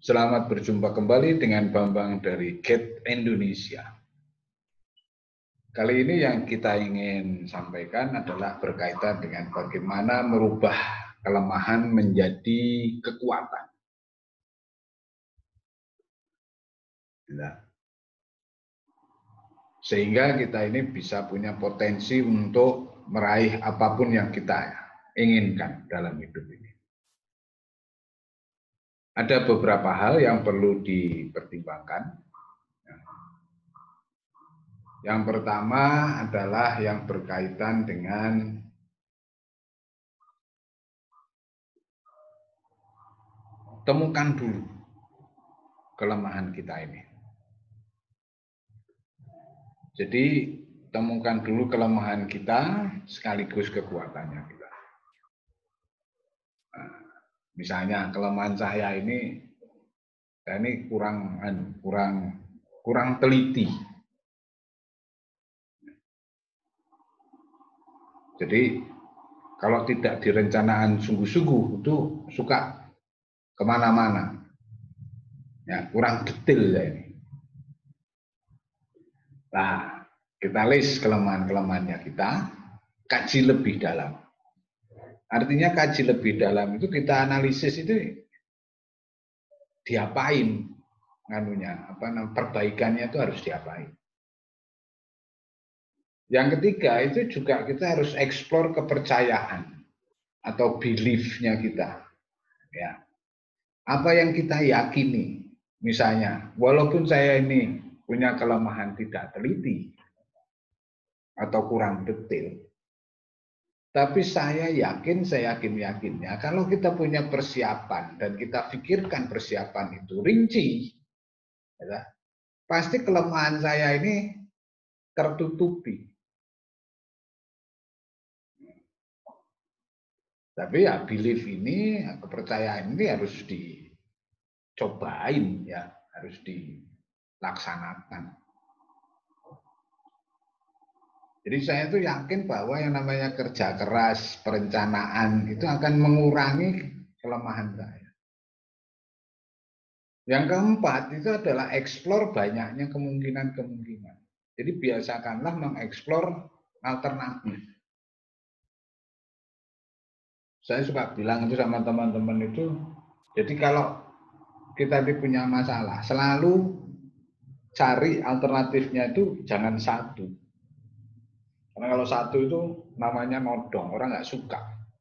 Selamat berjumpa kembali dengan Bambang dari Gate Indonesia. Kali ini yang kita ingin sampaikan adalah berkaitan dengan bagaimana merubah kelemahan menjadi kekuatan. Sehingga kita ini bisa punya potensi untuk meraih apapun yang kita inginkan dalam hidup ini. Ada beberapa hal yang perlu dipertimbangkan. Yang pertama adalah yang berkaitan dengan temukan dulu kelemahan kita ini. Jadi temukan dulu kelemahan kita sekaligus kekuatannya kita. Nah, misalnya kelemahan saya ini kurang teliti. Jadi kalau tidak direncanakan sungguh-sungguh itu suka kemana-mana. Ya, kurang detail ya ini. Nah, kita list kelemahan-kelemahannya kita, kaji lebih dalam. Artinya kaji lebih dalam itu kita analisis itu diapain perbaikannya itu harus diapain. Yang ketiga itu juga kita harus eksplor kepercayaan atau belief-nya kita. Ya. Apa yang kita yakini. Misalnya, walaupun saya ini punya kelemahan tidak teliti atau kurang detail, tapi saya yakinnya kalau kita punya persiapan dan kita pikirkan persiapan itu rinci, ya, pasti kelemahan saya ini tertutupi. Tapi ya belief ini, kepercayaan ini harus dicobain ya, harus dilaksanakan. Jadi saya tuh yakin bahwa yang namanya kerja keras, perencanaan itu akan mengurangi kelemahan saya. Yang keempat itu adalah eksplor banyaknya kemungkinan-kemungkinan. Jadi biasakanlah mengeksplor alternatif. Saya suka bilang itu sama teman-teman itu, jadi kalau kita punya masalah, selalu cari alternatifnya itu jangan satu. Karena kalau satu itu namanya nodong, orang nggak suka.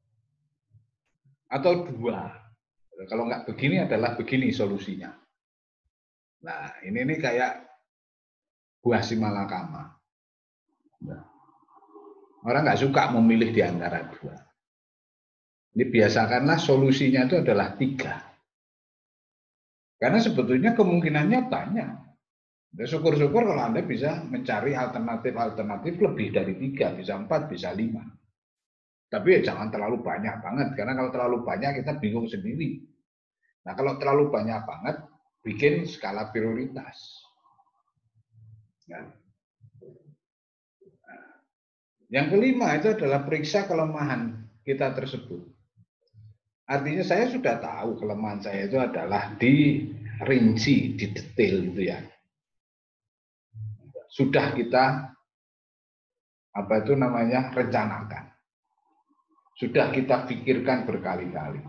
Atau dua. Kalau nggak begini adalah begini solusinya. Nah, ini kayak buah si malakama. Orang nggak suka memilih di antara dua. Ini biasakanlah solusinya itu adalah tiga. Karena sebetulnya kemungkinannya banyak. Syukur-syukur kalau Anda bisa mencari alternatif-alternatif lebih dari tiga, bisa 4, bisa 5. Tapi ya jangan terlalu banyak banget, karena kalau terlalu banyak kita bingung sendiri. Nah kalau terlalu banyak banget, bikin skala prioritas. Nah, yang kelima itu adalah periksa kelemahan kita tersebut. Artinya saya sudah tahu kelemahan saya itu adalah di rinci, di detail gitu ya. Sudah kita rencanakan. Sudah kita pikirkan berkali-kali.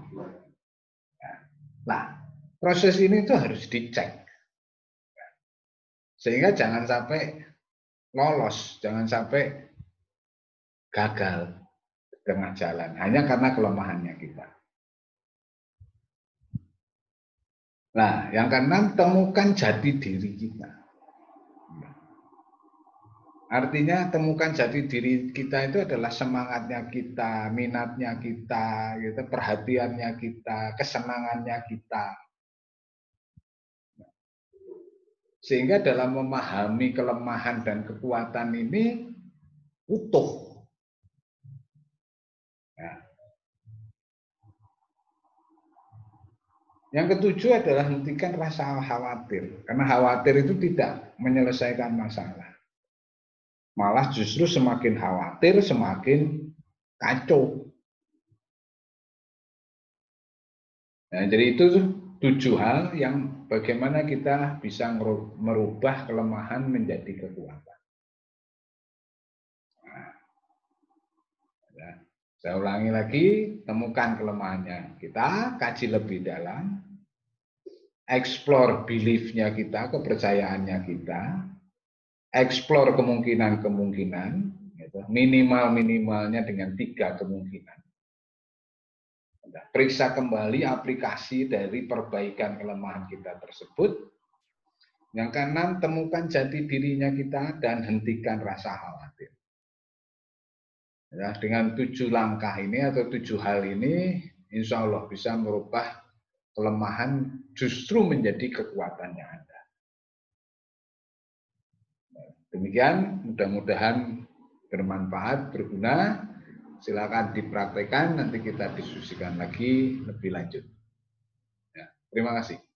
Nah, proses ini tuh harus dicek. Sehingga jangan sampai lolos, jangan sampai gagal di tengah jalan hanya karena kelemahannya kita. Nah, yang keenam, temukan jati diri kita. Artinya temukan jati diri kita itu adalah semangatnya kita, minatnya kita, gitu, perhatiannya kita, kesenangannya kita. Sehingga dalam memahami kelemahan dan kekuatan ini utuh. Ya. Yang ketujuh adalah hentikan rasa khawatir. Karena khawatir itu tidak menyelesaikan masalah. Malah justru semakin khawatir, semakin kacau. Nah, jadi itu 7 hal yang bagaimana kita bisa merubah kelemahan menjadi kekuatan. Nah, ya. Saya ulangi lagi, temukan kelemahannya. Kita kaji lebih dalam, explore belief-nya kita, kepercayaannya kita, explore kemungkinan-kemungkinan, minimal-minimalnya dengan 3 kemungkinan. Periksa kembali aplikasi dari perbaikan kelemahan kita tersebut. Yang keenam, temukan jati dirinya kita dan hentikan rasa khawatir. Ya, dengan 7 langkah ini atau 7 hal ini, insya Allah bisa merubah kelemahan justru menjadi kekuatan yang ada. Demikian, mudah-mudahan bermanfaat, berguna. Silakan dipraktekkan, nanti kita diskusikan lagi lebih lanjut. Ya, terima kasih.